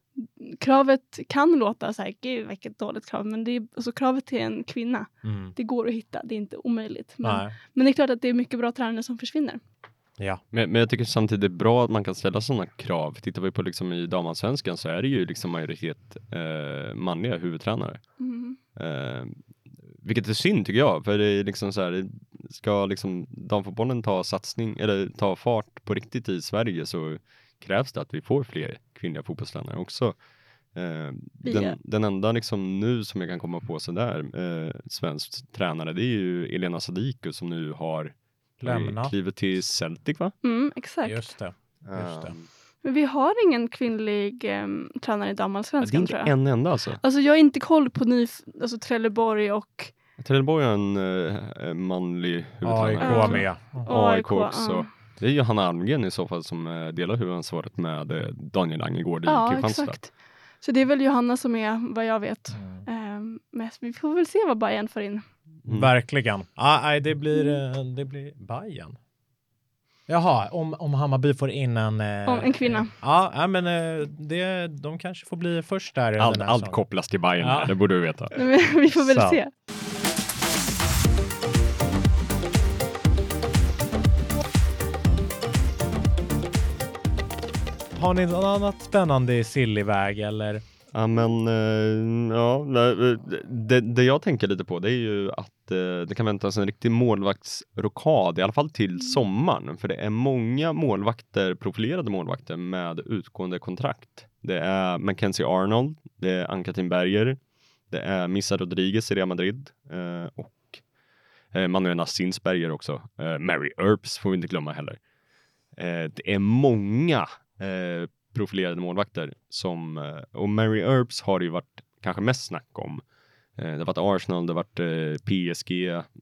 kravet kan låta så här, gud vilket dåligt krav, men det är, alltså, kravet till en kvinna, Mm. det går att hitta, det är inte omöjligt. Men, Nej. men det är klart att det är mycket bra tränare som försvinner. Ja. Men, men jag tycker samtidigt det är bra att man kan ställa sådana krav. Tittar vi på liksom i damallsvenskan så är det ju liksom majoritet eh, manliga huvudtränare. Mm. Eh, vilket är synd tycker jag, för det är liksom så här, det ska liksom damfotbollen ta satsning eller ta fart på riktigt i Sverige, så krävs det att vi får fler kvinnliga fotbollstränare också. Eh, den, den enda liksom nu som jag kan komma på så där eh, svensk tränare, det är ju Elena Sadiku som nu har Lämnat. klivet till Celtic, va? Mm, exakt. Just det. Just det. Um, Men vi har ingen kvinnlig um, tränare i det är damallsvenskan, inte tror jag. en enda alltså. Alltså jag har inte koll på ny, alltså Trelleborg och Trelleborg är en uh, manlig A I huvudtränare. K med. A I K A I K, också. ja. Det är Johanna Almgren i så fall som uh, delar huvudansvaret med uh, Daniel Angegård i Ja, Kristianstad. exakt. Så det är väl Johanna som är, vad jag vet, Mm. um, mest. Vi får väl se vad Bayern får in. Mm. Verkligen. Ah, nej, det blir, eh, det blir Bayern. Jaha, om, om Hammarby får in en... Eh, Om en kvinna. Ja, ja, men eh, det, de kanske får bli först där. Allt, den här allt säsongen. kopplas till Bayern, Ja. här, det borde du veta. Nej, men vi får väl Så. se. Har ni något annat spännande i Sillyväg eller? Ja, men uh, ja, det, det jag tänker lite på, det är ju att uh, det kan väntas en riktig målvaktsrokad, i alla fall till sommaren. För det är många målvakter, profilerade målvakter med utgående kontrakt. Det är Mackenzie Arnold, det är Ann-Katrin Berger, det är Missa Rodriguez i Real Madrid uh, och uh, Manuela Sinsberger också. Uh, Mary Earps får vi inte glömma heller. Uh, det är många uh, profilerade målvakter som, och Mary Earps har det ju varit kanske mest snack om. Eh, det har varit Arsenal, det har varit eh, P S G eh,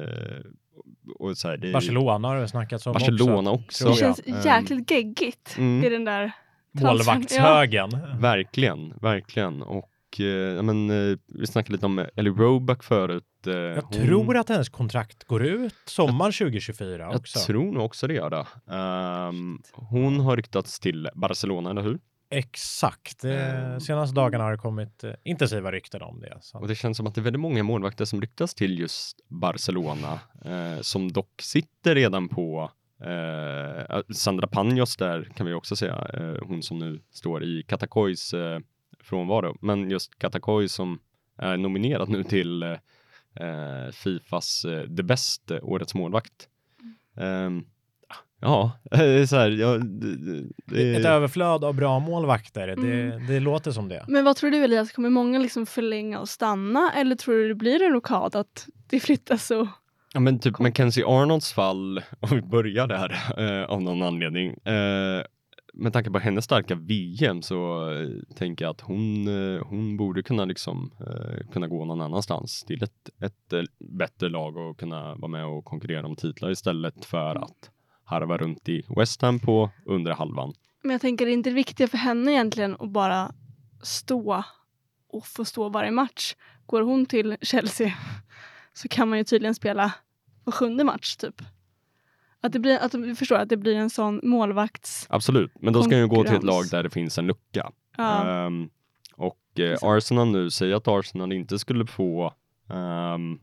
och så här, det är, Barcelona har det snackats om Barcelona också. också. Det tror jag. känns jäkligt geggigt Mm. i den där Målvaktshögen. Verkligen, verkligen. Och eh, ja, men, eh, vi snackade lite om Ellie Roebuck förut. Eh, Jag hon, tror att hennes kontrakt går ut sommar tjugo tjugofyra jag också. tror nog också det gör det. Um, hon har ryktats till Barcelona, eller hur? Exakt. De Mm. senaste dagarna har det kommit eh, intensiva rykten om det. Så. Och det känns som att det är väldigt många målvakter som ryktas till just Barcelona. Eh, som dock sitter redan på eh, Sandra Panos där kan vi också säga. Eh, hon som nu står i Katakois eh, frånvaro. Men just Katakoi som är nominerad nu till eh, Fifas eh, The Best, eh, årets målvakt. Um, ja, så här, ja, det, det, Ett överflöd av bra målvakter. Det, Mm. det låter som det. Men vad tror du, Elias? Kommer många liksom förlänga och stanna? Eller tror du det blir en rokad att det flyttas och... Ja, men typ Mackenzie Arnolds fall, om vi börjar där eh, av någon anledning. Eh, med tanke på hennes starka V M så eh, tänker jag att hon, eh, hon borde kunna liksom eh, kunna gå någon annanstans till ett, ett eh, bättre lag och kunna vara med och konkurrera om titlar istället för att harva runt i West Ham på under halvan. Men jag tänker, det är inte det viktiga för henne egentligen att bara stå och få stå varje match. Går hon till Chelsea så kan man ju tydligen spela på sjunde match typ. Att det blir, att du förstår att det blir en sån målvakts... Absolut, men då ska jag ju gå till ett konkurrens. lag där det finns en lucka. Ja. Um, och eh, Arsenal nu säger att Arsenal inte skulle få um,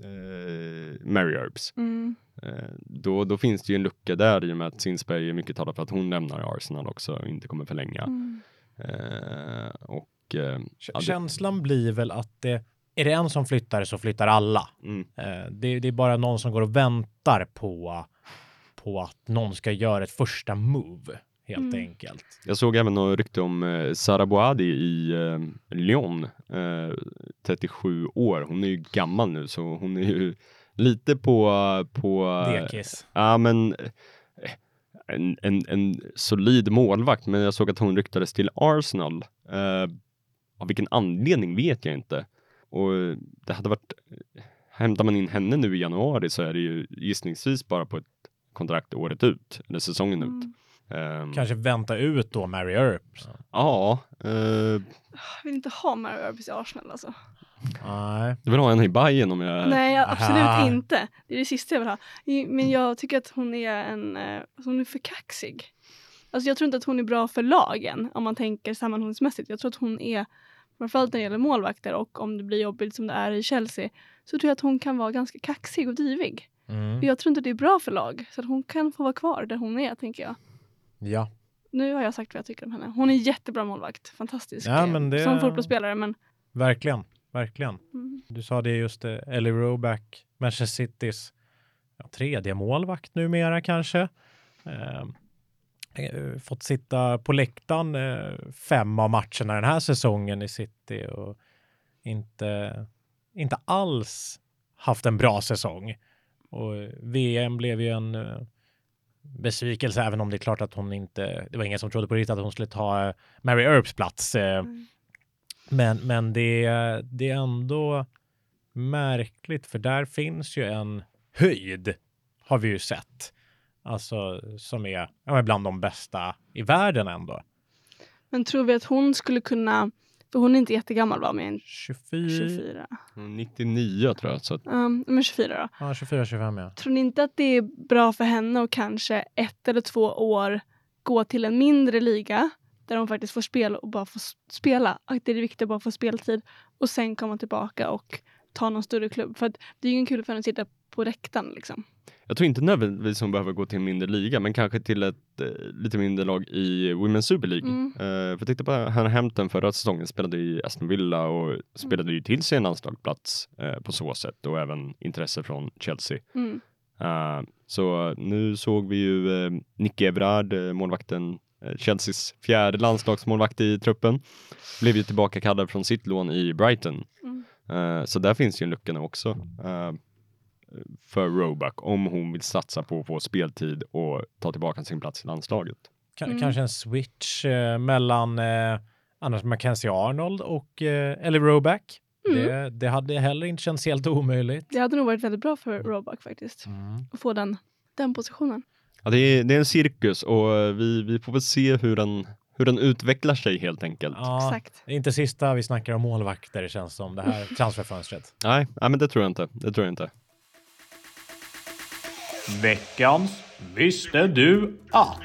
eh, Mary Earps. Mm. Eh, då, då finns det ju en lucka där i och med att Sinsberg är mycket talar för att hon lämnar Arsenal också och inte kommer förlänga. Mm. Eh, och eh, ja, det- Känslan blir väl att det, är det en som flyttar så flyttar alla. mm. Eh, det, det är bara någon som går och väntar på, på att någon ska göra ett första move, helt Mm. enkelt. Jag såg även något rykte om eh, Sara Boadi i eh, Lyon, eh, trettiosju år. Hon är ju gammal nu så hon är ju lite på... på Dekis. Ja, men eh, en, en, en solid målvakt, men jag såg att hon ryktades till Arsenal. Eh, av vilken anledning vet jag inte. Och det hade varit... Hämtar man in henne nu i januari så är det ju gissningsvis bara på ett kontrakt året ut, eller säsongen ut. Mm. Um, Kanske vänta ut då Mary Earps. Ja, eh, Jag vill inte ha Mary Earps i Arsenal alltså. Nej. du vill ha henne i Bayern om jag... Nej, absolut Aha. inte. Det är det sista jag vill ha. I- Men jag tycker att hon är en... eh, Hon är för kaxig. Alltså jag tror inte att hon är bra för lagen om man tänker sammanhållningsmässigt. Jag tror att hon är, framförallt när det gäller målvakter och om det blir jobbigt som det är i Chelsea, så tror jag att hon kan vara ganska kaxig och divig. Mm. Jag tror inte det är bra för lag. Så att hon kan få vara kvar där hon är, tänker jag. Ja. Nu har jag sagt vad jag tycker om henne. Hon är jättebra målvakt. Fantastisk. Ja, eh, men det- Som fotbollsspelare, men... Verkligen. Verkligen. Mm. Du sa det just, eh, Ellie Roback, Manchester Citys ja, tredje målvakt numera kanske. Eh, eh, fått sitta på läktaren eh, fem av matcherna den här säsongen i City och inte, inte alls haft en bra säsong. Och V M blev ju en eh, besvikelse, även om det är klart att hon inte, det var ingen som trodde på riktigt att hon skulle ta eh, Mary Earps plats. Eh, Mm. Men, men det, det är ändå märkligt, för där finns ju en höjd, har vi ju sett. Alltså som är ja, men bland de bästa i världen ändå. Men tror vi att hon skulle kunna... För hon är inte jättegammal, va? Men tjugofyra, tjugofyra. nittionio tror jag. Så att, Um, men tjugofyra då. ja, tjugofyra tjugofem ja. Tror ni inte att det är bra för henne att kanske ett eller två år gå till en mindre liga där hon faktiskt får spela och bara får s- spela? Att det är viktigt att bara få speltid och sen komma tillbaka och ta någon större klubb. För att det är ju ingen kul för henne att sitta på räktan liksom. jag tror inte nödvändigtvis hon behöver gå till en mindre liga, men kanske till ett eh, lite mindre lag i Women's Super League. Mm. Eh, för titta på Hannah Hampton förra säsongen, spelade i Aston Villa och spelade ju till sig en landslagsplats eh, på så sätt, och även intresse från Chelsea. Mm. Uh, så nu såg vi ju uh, Nicky Evrard, uh, målvakten, uh, Chelseas fjärde landslagsmålvakt i truppen, blev ju tillbaka kallad från sitt lån i Brighton. Mm. Uh, så där finns ju en lucka nu också uh, för Roback, om hon vill satsa på att få speltid och ta tillbaka sin plats i landslaget. K- Mm. Kanske en switch eh, mellan eh, annars Mackenzie Arnold och eh, Ellie Roback. Mm. Det, det hade heller inte känts helt omöjligt. Det hade nog varit väldigt bra för Roback faktiskt. Mm. Att få den, den positionen. Ja, det, är, det är en cirkus, och uh, vi, vi får väl se hur den, hur den utvecklar sig helt enkelt. Ja, Exakt. det är inte sista vi snackar om målvakter, det känns som det här transferfönstret. Nej, nej, men det tror jag inte. Det tror jag inte. Veckans Visste du att?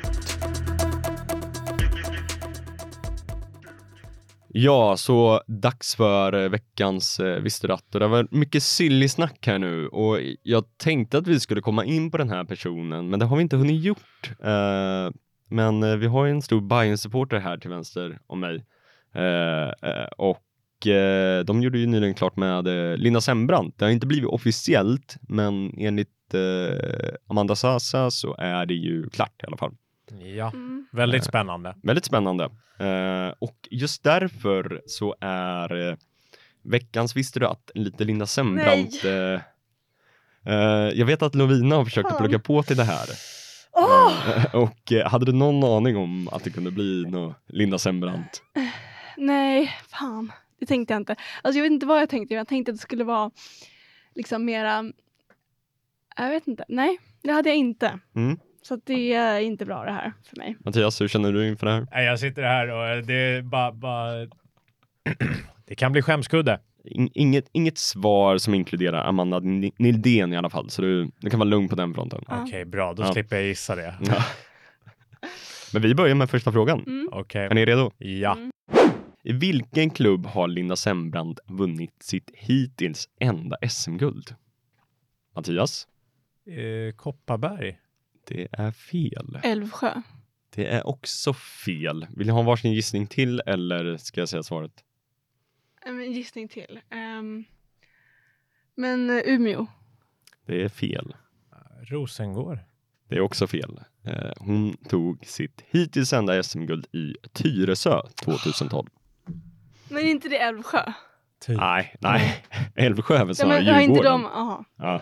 Ja, så dags för eh, veckans eh, Visste du att? Och det var mycket silly snack här nu, och jag tänkte att vi skulle komma in på den här personen, men det har vi inte hunnit gjort. Eh, men eh, vi har ju en stor Bayern-supporter här till vänster om mig. Eh, eh, och eh, de gjorde ju nyligen klart med eh, Linda Sembrant. Det har inte blivit officiellt, men enligt eh, Amanda Sasa så är det ju klart i alla fall. Ja, Mm. väldigt spännande. Väldigt spännande. Eh, och just därför så är eh, veckans Visste du att lite Linda Sembrant. Eh, eh, jag vet att Lovina har försökt att Fan. plugga på till det här. Åh! Eh, och eh, hade du någon aning om att det kunde bli något Linda Sembrant? Nej, fan. Det tänkte jag inte. Alltså jag vet inte vad jag tänkte. Jag tänkte att det skulle vara liksom mera... Jag vet inte. Nej, det hade jag inte. Mm. Så att det är inte bra det här för mig. Mattias, hur känner du inför det här? Nej, jag sitter här och det är bara, bara Det kan bli skämskudde. In, inget, inget svar som inkluderar Amanda Ni- Nildén i alla fall. Så du, du kan vara lugn på den fronten. Ja. Okej, bra. Då Ja. slipper jag gissa det. Ja. Men vi börjar med första frågan. Mm. Okej. Är ni redo? Ja. Mm. I vilken klubb har Linda Sembrand vunnit sitt hittills enda S M-guld? Mattias? Eh, Kopparberg. Det är fel. Älvsjö. Det är också fel. Vill ni ha varsin gissning till eller ska jag säga svaret? En gissning till. Um, men uh, Umeå. Det är fel. Rosengård. Det är också fel. Eh, hon tog sitt hittills enda S M-guld i Tyresö tjugohundratolv. Men inte det Älvsjö? Typ. Nej, nej. Älvsjö är väl Ja, snarare men har inte Djurgården. de... Aha. Ja.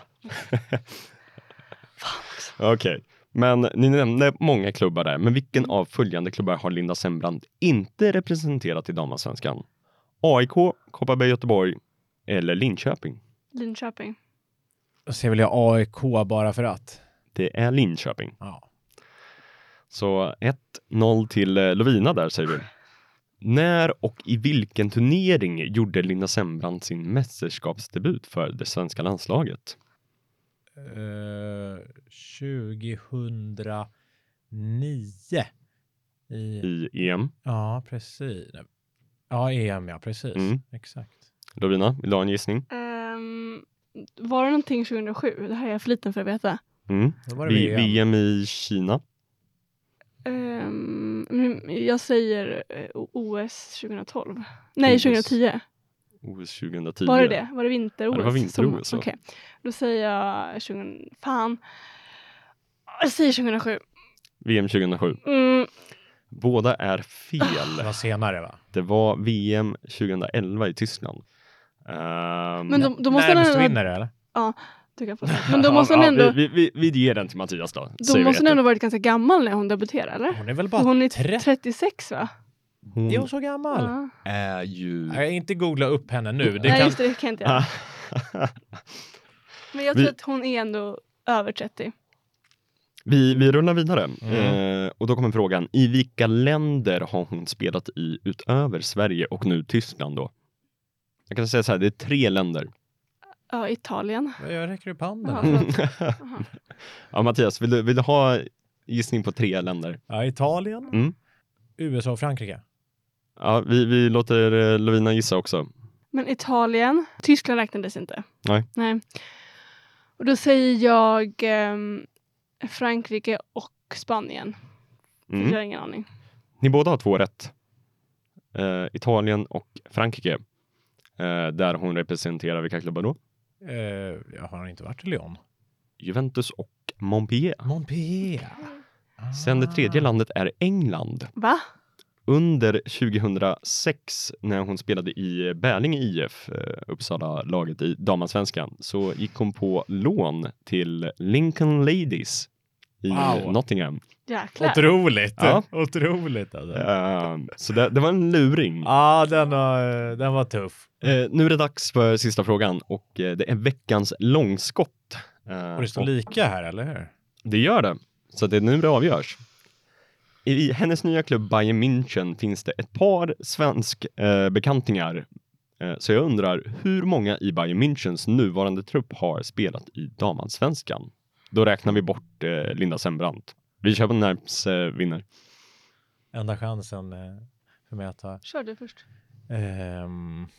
Okej, men ni nämnde många klubbar där. Men vilken av följande klubbar har Linda Sembrand inte representerat i damallsvenskan? A I K, Kopparberg Göteborg eller Linköping? Linköping. Så jag vill ha A I K bara för att. Det är Linköping. Ja. Så ett noll till eh, Lovina där säger vi. När och i vilken turnering gjorde Linda Sembrand sin mästerskapsdebut för det svenska landslaget? Uh, tjugohundranio. I... I E M. Ja, precis. Ja, E M, ja, precis. Mm. Exakt. Lovina, vill du ha en gissning? Um, var det någonting tjugohundrasju? Det här är jag för liten för att veta. Mm. Då var det V- V M. V M i Kina. Um, men jag säger uh, O S tjugotolv. Nej, O S. tjugohundratio. O S tjugohundratio. Var det det? Var det vinter-O S? Ja, det var vinter-O S, Sommar- ja. Okej, då säger jag tjugo... Fan. Jag säger tjugohundrasju. V M tjugohundrasju. Mm. Båda är fel. Det var senare, va? Det var V M tjugohundraelva i Tyskland. Um, Men då, då måste Närmast den ändå... vinner det, eller? Du kan få det. Men då måste ja, den ja, ändå... vi, vi, vi ger den till Mattias då. Då säger vi måste den rätt. ändå varit ganska gammal när hon debuterade, eller? Hon är väl bara Hon är trettio? trettiosex, va? Hon Är hon så gammal? Ja. är ju... Jag kan inte googla upp henne nu. Det Nej, kan... just det, det kan jag inte göra. Men jag Vi- tror att hon är ändå över trettio. vi, vi rullar vidare. Mm. Eh, och då kommer frågan. I vilka länder har hon spelat i utöver Sverige och nu Tyskland då? Jag kan säga så här, det är tre länder. Ja, Italien. Jag räcker upp handen. Jaha, förlåt. Aha. Ja, Mattias, vill du, vill du ha gissning på tre länder? Ja, Italien, Mm. U S A och Frankrike. Ja, vi, vi låter eh, Lovina gissa också. Men Italien, Tyskland räknades inte. Nej. Nej. Och då säger jag ehm, Frankrike och Spanien. Mm. Jag har ingen aning. Ni båda har två rätt. Eh, Italien och Frankrike. Eh, där hon representerar vilka klubbar då? Uh, jag har inte varit i Lyon. Juventus och Montpellier. Montpellier. Sen det tredje landet är England. Va? Under tjugohundrasex när hon spelade i Bärlinge I F, eh, Uppsala-laget i damallsvenskan, så gick hon på lån till Lincoln Ladies i Wow. Nottingham. Jäklar. Otroligt. Ja. Otroligt alltså. Eh, så det, det var en luring. Ja, den var, den var tuff. Eh, nu är det dags för sista frågan och eh, det är veckans långskott. Eh, Och det står och lika här, eller hur? det gör det. Så det är nu det avgörs. I hennes nya klubb Bayern München finns det ett par svensk eh, bekantingar. Eh, så jag undrar, hur många i Bayern Münchens nuvarande trupp har spelat i damallsvenskan? Då räknar vi bort eh, Linda Sembrand. Vi kör på Närps eh, vinner. Enda chansen eh, för mig att ta. Kör du först. Ehm,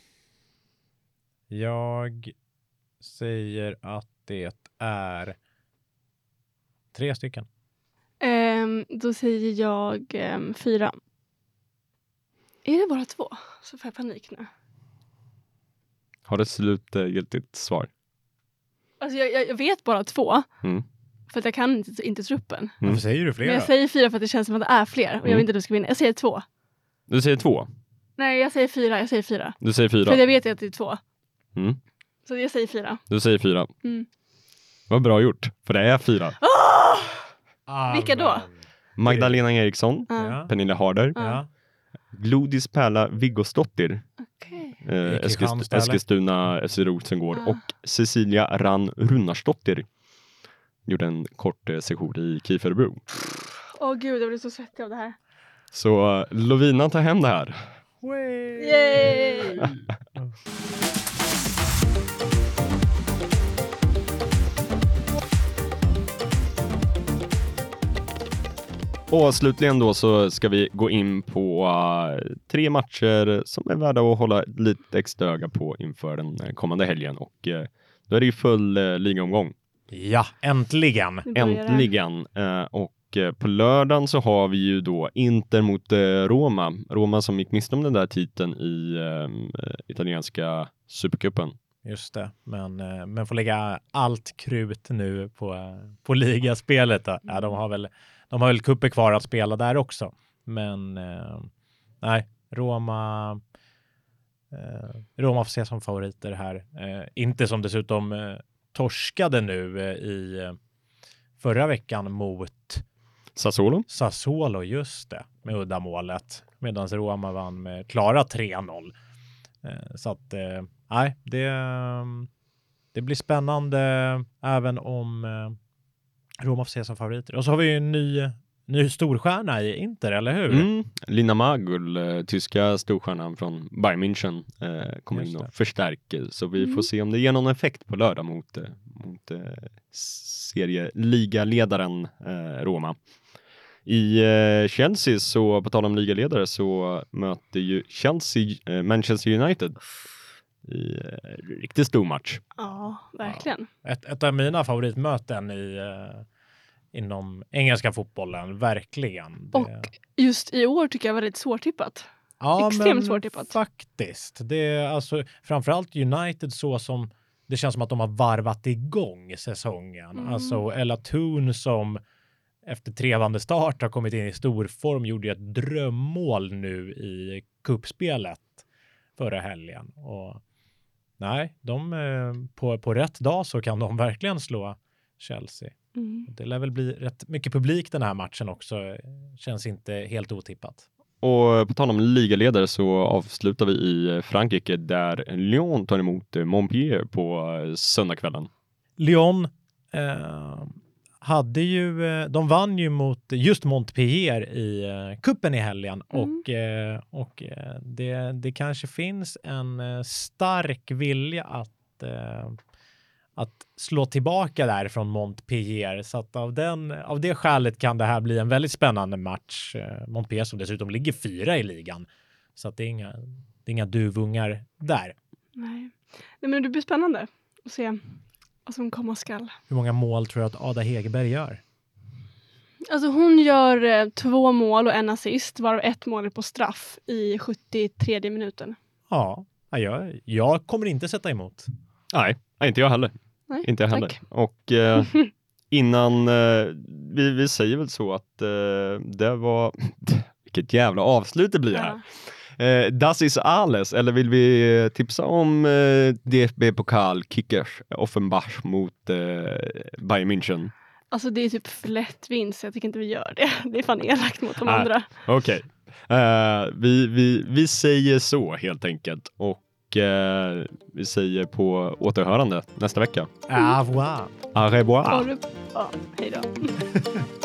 jag säger att det är tre stycken. Ehm, då säger jag ehm, fyra. Är det bara två? Så får jag panik nu. Har du slutgiltigt svar? Alltså jag, jag, jag vet bara två. Mm. För att jag kan inte, inte truppen. Mm. Varför säger du flera? Men jag säger fyra för att det känns som att det är fler. Och jag Mm. vill inte att du ska vinna. Jag säger två. Du säger två. Nej, jag säger fyra. Jag säger fyra. Du säger fyra. För jag vet ju att det är två. Mm. Så jag säger fyra. Du säger fyra. Mm. Vad bra gjort. För det är fyra. Ah, Vilka då? men- Magdalena Eriksson. Ja. Ja. Pernilla Harder. Ja. Glodis Pärla Viggosdottir. Okej. Eh, I Eskilst- Kristianstad, eller? Eskilstuna, F C Rosengård. Ah. Och Cecilia Rann Runnarsdottir. Gjorde en kort eh, session i KIF Örebro. Åh gud, jag blir så svettig av det här. Så eh, Lovina tar hem det här. Yay! Och slutligen då så ska vi gå in på uh, tre matcher som är värda att hålla lite extra öga på inför den kommande helgen. Och uh, då är det ju full uh, ligaomgång. Ja, äntligen. Nu börjar det. Äntligen. Uh, och uh, på lördagen så har vi ju då Inter mot uh, Roma. Roma som gick miste om den där titeln i um, italienska supercupen. Just det, men, eh, men får lägga allt krut nu på, på ligaspelet. Då. Ja, de har väl de har väl kupper kvar att spela där också. Men eh, nej, Roma eh, Roma får se som favoriter här. Eh, inte som dessutom eh, torskade nu eh, i eh, förra veckan mot Sassuolo. Sassuolo, just det, med uddamålet. Medan Roma vann med klara tre noll. Eh, så att eh, nej, det, det blir spännande även om eh, Roma får se som favoriter. Och så har vi ju en ny, ny storstjärna i Inter, eller hur? Mm. Lina Magul, eh, tyska storstjärnan från Bayern München, eh, kommer Just in och det. förstärker. Så vi Mm. får se om det ger någon effekt på lördag mot, eh, mot eh, serieligaledaren eh, Roma. I eh, Chelsea, så på tal om ligaledare, så möter ju Chelsea eh, Manchester United i eh, riktigt stor match. Ja, verkligen. Ett, ett av mina favoritmöten i, eh, inom engelska fotbollen, verkligen. Det, Och just i år tycker jag var lite svårtippat. ja, extremt men svårtippat. Faktiskt. Det är alltså framförallt United, så som det känns som att de har varvat igång säsongen. Mm. Alltså Ella Toon som efter trevande start har kommit in i stor form, gjorde ju ett drömmål nu i kuppspelet förra helgen. Och nej, de eh, på, på rätt dag så kan de verkligen slå Chelsea. Mm. Det lär väl bli rätt mycket publik den här matchen också. Känns inte helt otippat. Och på tal om ligaledare så avslutar vi i Frankrike där Lyon tar emot Montpellier på söndagskvällen. Lyon eh, hade ju, eh, de vann ju mot just Montpellier i eh, kuppen i helgen. Mm. Och, eh, och eh, det, det kanske finns en eh, stark vilja att, eh, att slå tillbaka där från Montpellier. Så att av, den, av det skälet kan det här bli en väldigt spännande match. Eh, Montpellier som dessutom ligger fyra i ligan. Så att det är inga, det är inga duvungar där. Nej. Nej, men det blir spännande att se vad som komma skall. Hur många mål tror jag att Ada Hegerberg gör? Alltså hon gör eh, två mål och en assist, varav ett mål är på straff i sjuttiotredje minuten. Ja, jag, jag kommer inte sätta emot. Nej, inte jag heller. Nej, Inte jag heller. tack. Och eh, innan, eh, vi, vi säger väl så att eh, det var, vilket jävla avslut det blir här. Ja. Eh, das ist alles, eller vill vi tipsa om eh, D F B-pokal Kickers Offenbach mot eh, Bayern München? Alltså det är typ för lätt vinst, jag tycker inte vi gör det. Det är fan elakt mot de Nej. andra. Okej, eh, vi, vi, vi säger så helt enkelt. Och eh, vi säger på återhörande nästa vecka. Au revoir. Au revoir. Har du... Ja, hej då.